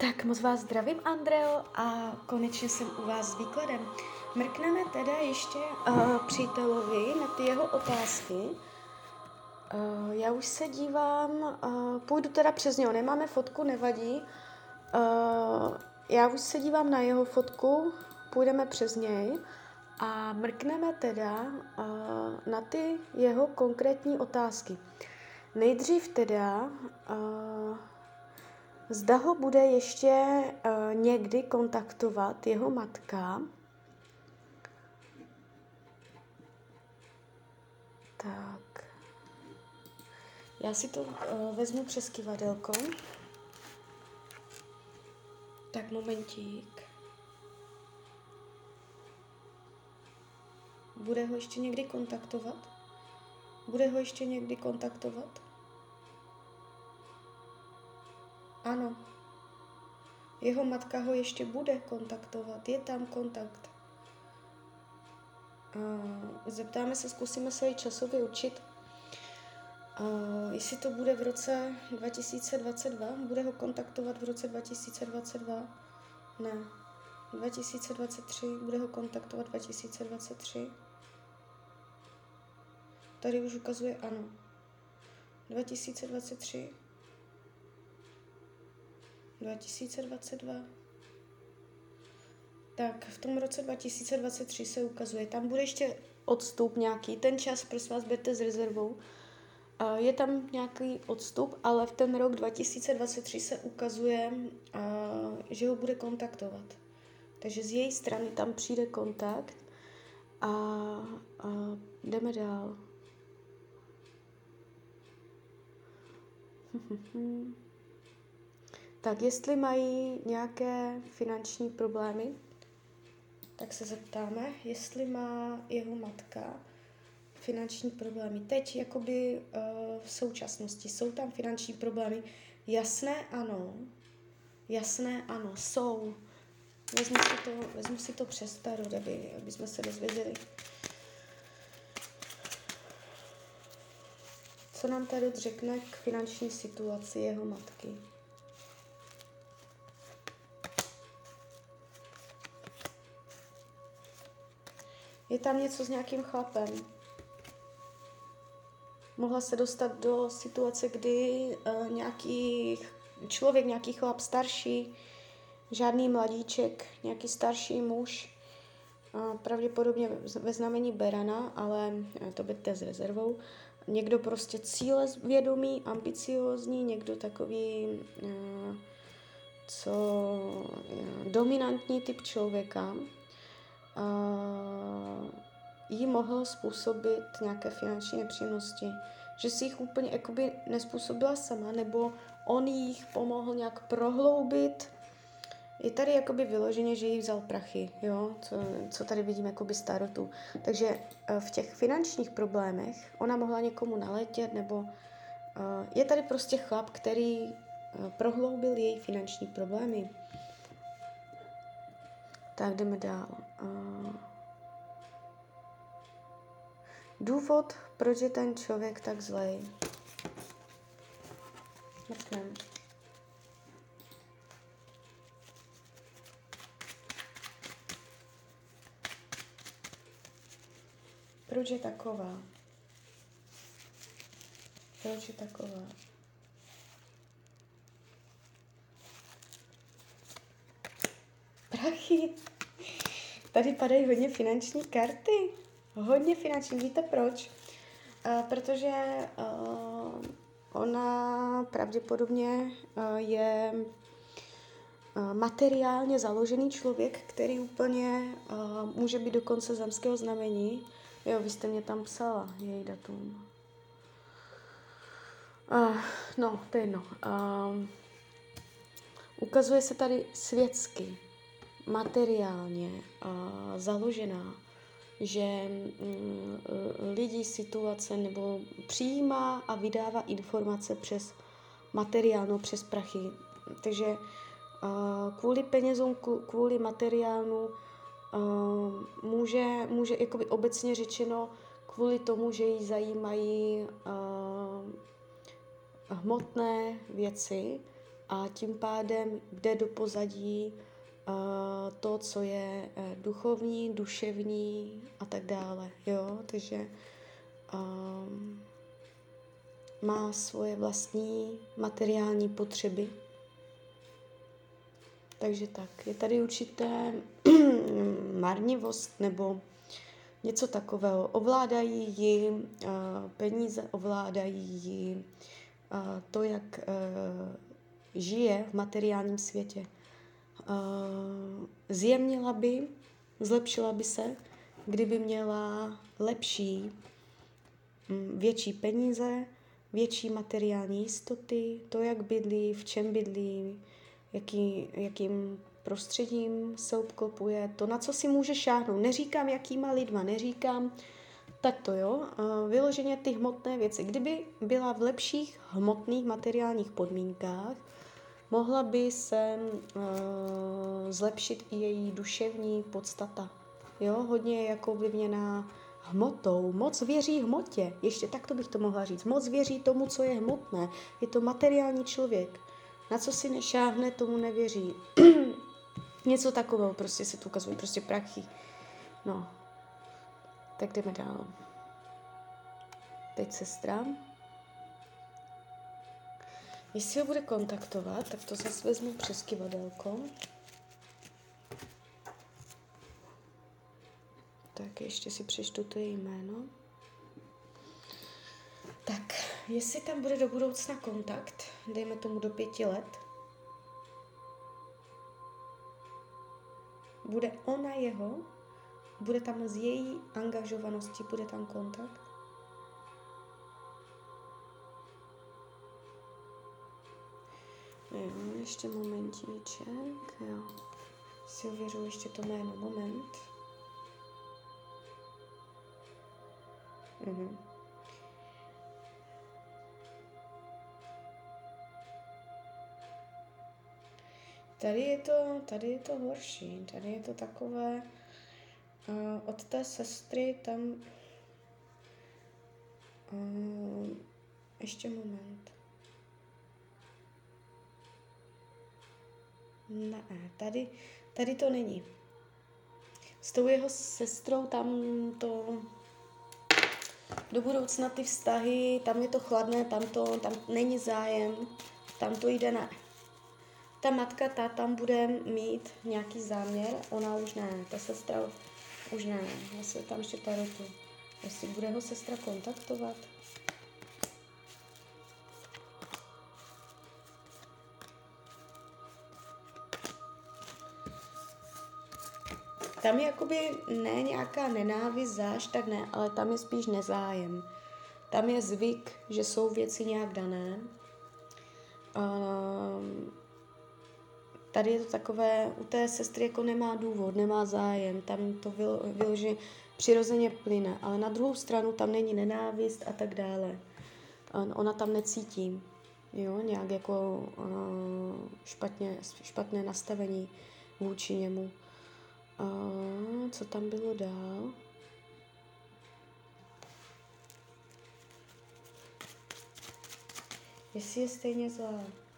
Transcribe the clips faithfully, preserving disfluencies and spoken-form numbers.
Tak moc vás zdravím, Andreo, a konečně jsem u vás s výkladem. Mrkneme teda ještě uh, přítelovi na ty jeho otázky. Uh, já už se dívám, uh, půjdu teda přes něho, nemáme fotku, nevadí. Uh, já už se dívám na jeho fotku, půjdeme přes něj a mrkneme teda uh, na ty jeho konkrétní otázky. Nejdřív teda... Uh, Zda ho bude ještě uh, někdy kontaktovat jeho matka. Tak. Já si to uh, vezmu přes kyvadelko. Tak, momentík. Bude ho ještě někdy kontaktovat? Bude ho ještě někdy kontaktovat? Ano. Jeho matka ho ještě bude kontaktovat. Je tam kontakt. Zeptáme se, zkusíme se i časově určit, jestli to bude v roce dva tisíce dvacet dva. Bude ho kontaktovat v roce dva tisíce dvacet dva? Ne. dva tisíce dvacet tři. Bude ho kontaktovat dva tisíce dvacet tři. Tady už ukazuje ano. dva tisíce dvacet tři. dva tisíce dvacet dva. Tak, v tom roce dva tisíce dvacet tři se ukazuje, tam bude ještě odstup nějaký, ten čas, prosím vás, berte s rezervou. Je tam nějaký odstup, ale v ten rok dva tisíce dvacet tři se ukazuje, že ho bude kontaktovat. Takže z její strany tam přijde kontakt a, a jdeme dál. Tak jestli mají nějaké finanční problémy, tak se zeptáme, jestli má jeho matka finanční problémy. Teď jakoby uh, v současnosti jsou tam finanční problémy. Jasné ano, jasné ano, jsou. Vezmu si to, vezmu si to přes tarot, aby, aby jsme se dozvěděli. Co nám tarot řekne k finanční situaci jeho matky? Je tam něco s nějakým chlapem. Mohla se dostat do situace, kdy uh, nějaký člověk, nějaký chlap starší, žádný mladíček, nějaký starší muž, uh, pravděpodobně ve znamení berana, ale uh, to berte s rezervou. Někdo prostě cílevědomý, ambiciózní, někdo takový, uh, co uh, dominantní typ člověka, Uh, jí mohl způsobit nějaké finanční nepříjemnosti. Že si jich úplně jakoby nespůsobila sama, nebo on jich pomohl nějak prohloubit. Je tady jakoby vyloženě, že jí vzal prachy, jo? Co, co tady vidíme jakoby z tarotu. Takže uh, v těch finančních problémech ona mohla někomu naletět, nebo uh, je tady prostě chlap, který uh, prohloubil její finanční problémy. Tak jdeme dál. Uh, důvod, proč je ten člověk tak zlej. Mrknem. Proč je taková? Proč je taková? Prachy. Tady padají hodně finanční karty. Hodně finanční. Víte proč? Uh, protože uh, ona pravděpodobně uh, je uh, materiálně založený člověk, který úplně uh, může být dokonce zemského znamení. Jo, vy jste mě tam psala, její datum. Uh, no, to je jedno. Uh, ukazuje se tady světsky, materiálně uh, založená, že um, lidi, situace nebo přijímá a vydává informace přes materiálno, přes prachy. Takže uh, kvůli penězům, kvůli materiálnu uh, může, může jakoby obecně řečeno kvůli tomu, že jí zajímají uh, hmotné věci a tím pádem jde do pozadí uh, to, co je uh, duchovní, duševní a tak dále. Jo? Takže um, má svoje vlastní materiální potřeby. Takže tak, je tady určité marnivost nebo něco takového. Ovládají ji uh, peníze, ovládají ji uh, to, jak uh, žije v materiálním světě. Uh, zjemnila by, zlepšila by se, kdyby měla lepší, um, větší peníze, větší materiální jistoty, to, jak bydlí, v čem bydlí, jaký, jakým prostředím se obklopuje, to, na co si může šáhnout. Neříkám, jakýma lidma, neříkám takto, jo, uh, vyloženě ty hmotné věci. Kdyby byla v lepších hmotných materiálních podmínkách, mohla by se uh, zlepšit i její duševní podstata. Jo, hodně je jako ovlivněná hmotou. Moc věří hmotě. Ještě takto bych to mohla říct. Moc věří tomu, co je hmotné. Je to materiální člověk. Na co si nešáhne, tomu nevěří. Něco takového prostě se tu ukazují. Prostě prachy. No. Tak jdeme dál. Teď sestra. Jestli ho bude kontaktovat, tak to zase vezmu přes kivadelko. Tak ještě si přečtu to její jméno. Tak, jestli tam bude do budoucna kontakt, dejme tomu do pěti let, bude ona jeho, bude tam z její angažovanosti, bude tam kontakt. Jo, ještě momentíček, jo. Si ověřuji ještě to jméno, moment. Mhm. Tady je to, tady je to horší, tady je to takové, uh, od té sestry tam, uh, ještě moment. Ne, tady, tady to není. S tou jeho sestrou tam to, do budoucna ty vztahy, tam je to chladné, tam, to, tam není zájem, tam to jde ne. Ta matka, ta tam bude mít nějaký záměr, ona už ne, ta sestra už ne, já se tam ještě tarotu. Jestli bude ho sestra kontaktovat. Tam je jakoby ne nějaká nenávist, zášť, tak ne, ale tam je spíš nezájem. Tam je zvyk, že jsou věci nějak dané. Um, Tady je to takové, u té sestry jako nemá důvod, nemá zájem, tam to vyloženě přirozeně plyne, ale na druhou stranu tam není nenávist a tak dále. Ona tam necítí, jo, nějak jako uh, špatně, špatné nastavení vůči němu. Uh, co tam bylo dál? Jestli je stejně zlá.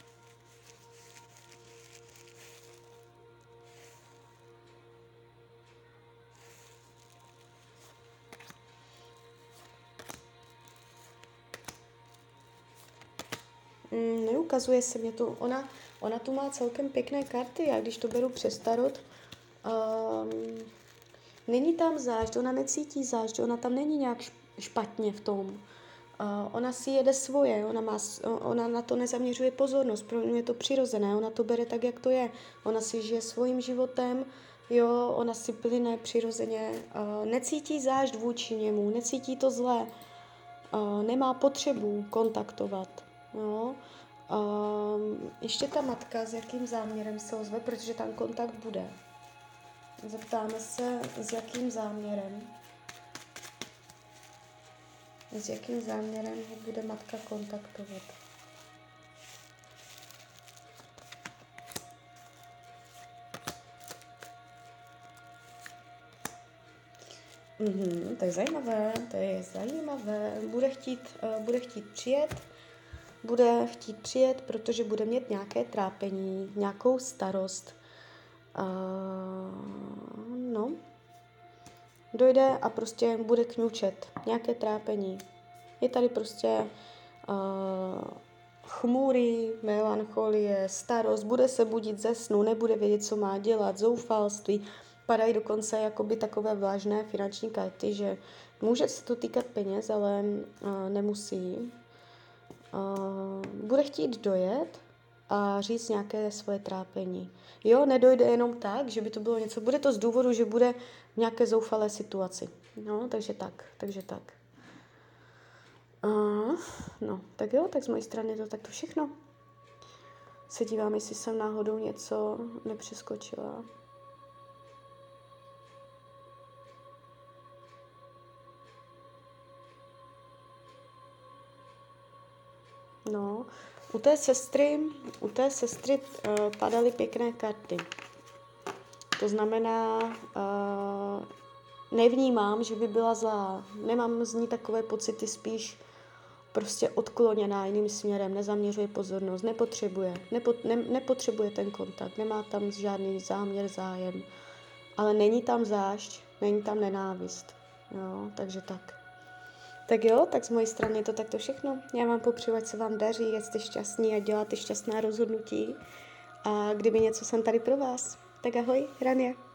Mm, neukazuje se mě tu. Ona, ona tu má celkem pěkné karty, já když to beru přes tarot, um, není tam zášť, ona necítí zášť, ona tam není nějak špatně v tom. Uh, ona si jede svoje, ona, má, ona na to nezaměřuje pozornost, pro mě je to přirozené, ona to bere tak, jak to je. Ona si žije svým životem, jo, ona si plyne přirozeně, uh, necítí zášť vůči němu, necítí to zlé, uh, nemá potřebu kontaktovat. Jo. Um, ještě ta matka, s jakým záměrem se ozve, protože tam kontakt bude. Zeptáme se, s jakým záměrem. S jakým záměrem ho bude matka kontaktovat. Mhm, to je zajímavé, to je zajímavé. Bude chtít, uh, bude chtít přijet, bude chtít přijet, protože bude mít nějaké trápení, nějakou starost. Uh, no, dojde a prostě bude kňučet, nějaké trápení. Je tady prostě uh, chmůry, melancholie, starost, bude se budit ze snu, nebude vědět, co má dělat, zoufalství. Padají dokonce jakoby takové vážné finanční karty, že může se to týkat peněz, ale uh, nemusí. Uh, bude chtít dojet a říct nějaké svoje trápení. Jo, nedojde jenom tak, že by to bylo něco, bude to z důvodu, že bude v nějaké zoufalé situaci. No, takže tak, takže tak. Uh, no, tak jo, tak z mojej strany je to takto všechno. Se dívám, jestli jsem náhodou něco nepřeskočila. No, u té sestry, u té sestry uh, padaly pěkné karty. To znamená, uh, nevnímám, že by byla zlá. Nemám z ní takové pocity, spíš prostě odkloněná jiným směrem, nezaměřuje pozornost, nepotřebuje, nepo, ne, nepotřebuje ten kontakt, nemá tam žádný záměr, zájem, ale není tam zášť, není tam nenávist. Jo, takže tak. Tak jo, tak z mojej strany je to takto všechno. Já vám popřeju, ať se vám daří, ať jste šťastní a děláte šťastná rozhodnutí. A kdyby něco jsem tady pro vás, tak ahoj, Rania.